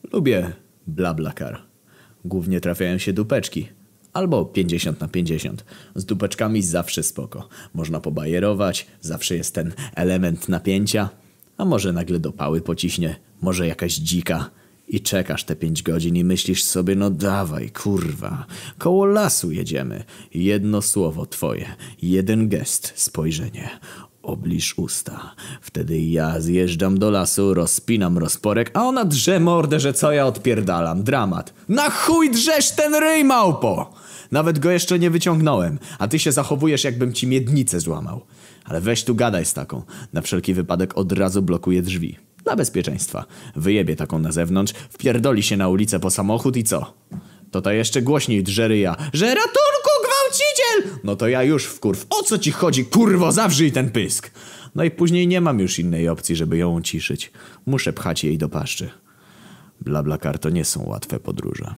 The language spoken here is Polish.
Lubię BlaBlaCar. Głównie trafiają się dupeczki. Albo 50/50. Z dupeczkami zawsze spoko. Można pobajerować, zawsze jest ten element napięcia. A może nagle do pały pociśnie, może jakaś dzika. I czekasz te 5 godzin i myślisz sobie, no dawaj, kurwa. Koło lasu jedziemy. Jedno słowo twoje, jeden gest, spojrzenie. Obliż usta. Wtedy ja zjeżdżam do lasu, rozpinam rozporek, a ona drze mordę, że co ja odpierdalam. Dramat. Na chuj drzesz ten ryj, małpo! Nawet go jeszcze nie wyciągnąłem, a ty się zachowujesz, jakbym ci miednicę złamał. Ale weź tu gadaj z taką. Na wszelki wypadek od razu blokuję drzwi. Dla bezpieczeństwa. Wyjebie taką na zewnątrz, wpierdoli się na ulicę po samochód i co? To ta jeszcze głośniej drze ryja, że ratunku, gwałciciel! No to ja już wkurw. O co ci chodzi, kurwo, zawrzyj ten pysk! No i później nie mam już innej opcji, żeby ją uciszyć. Muszę pchać jej do paszczy. BlaBlaCar to nie są łatwe podróże.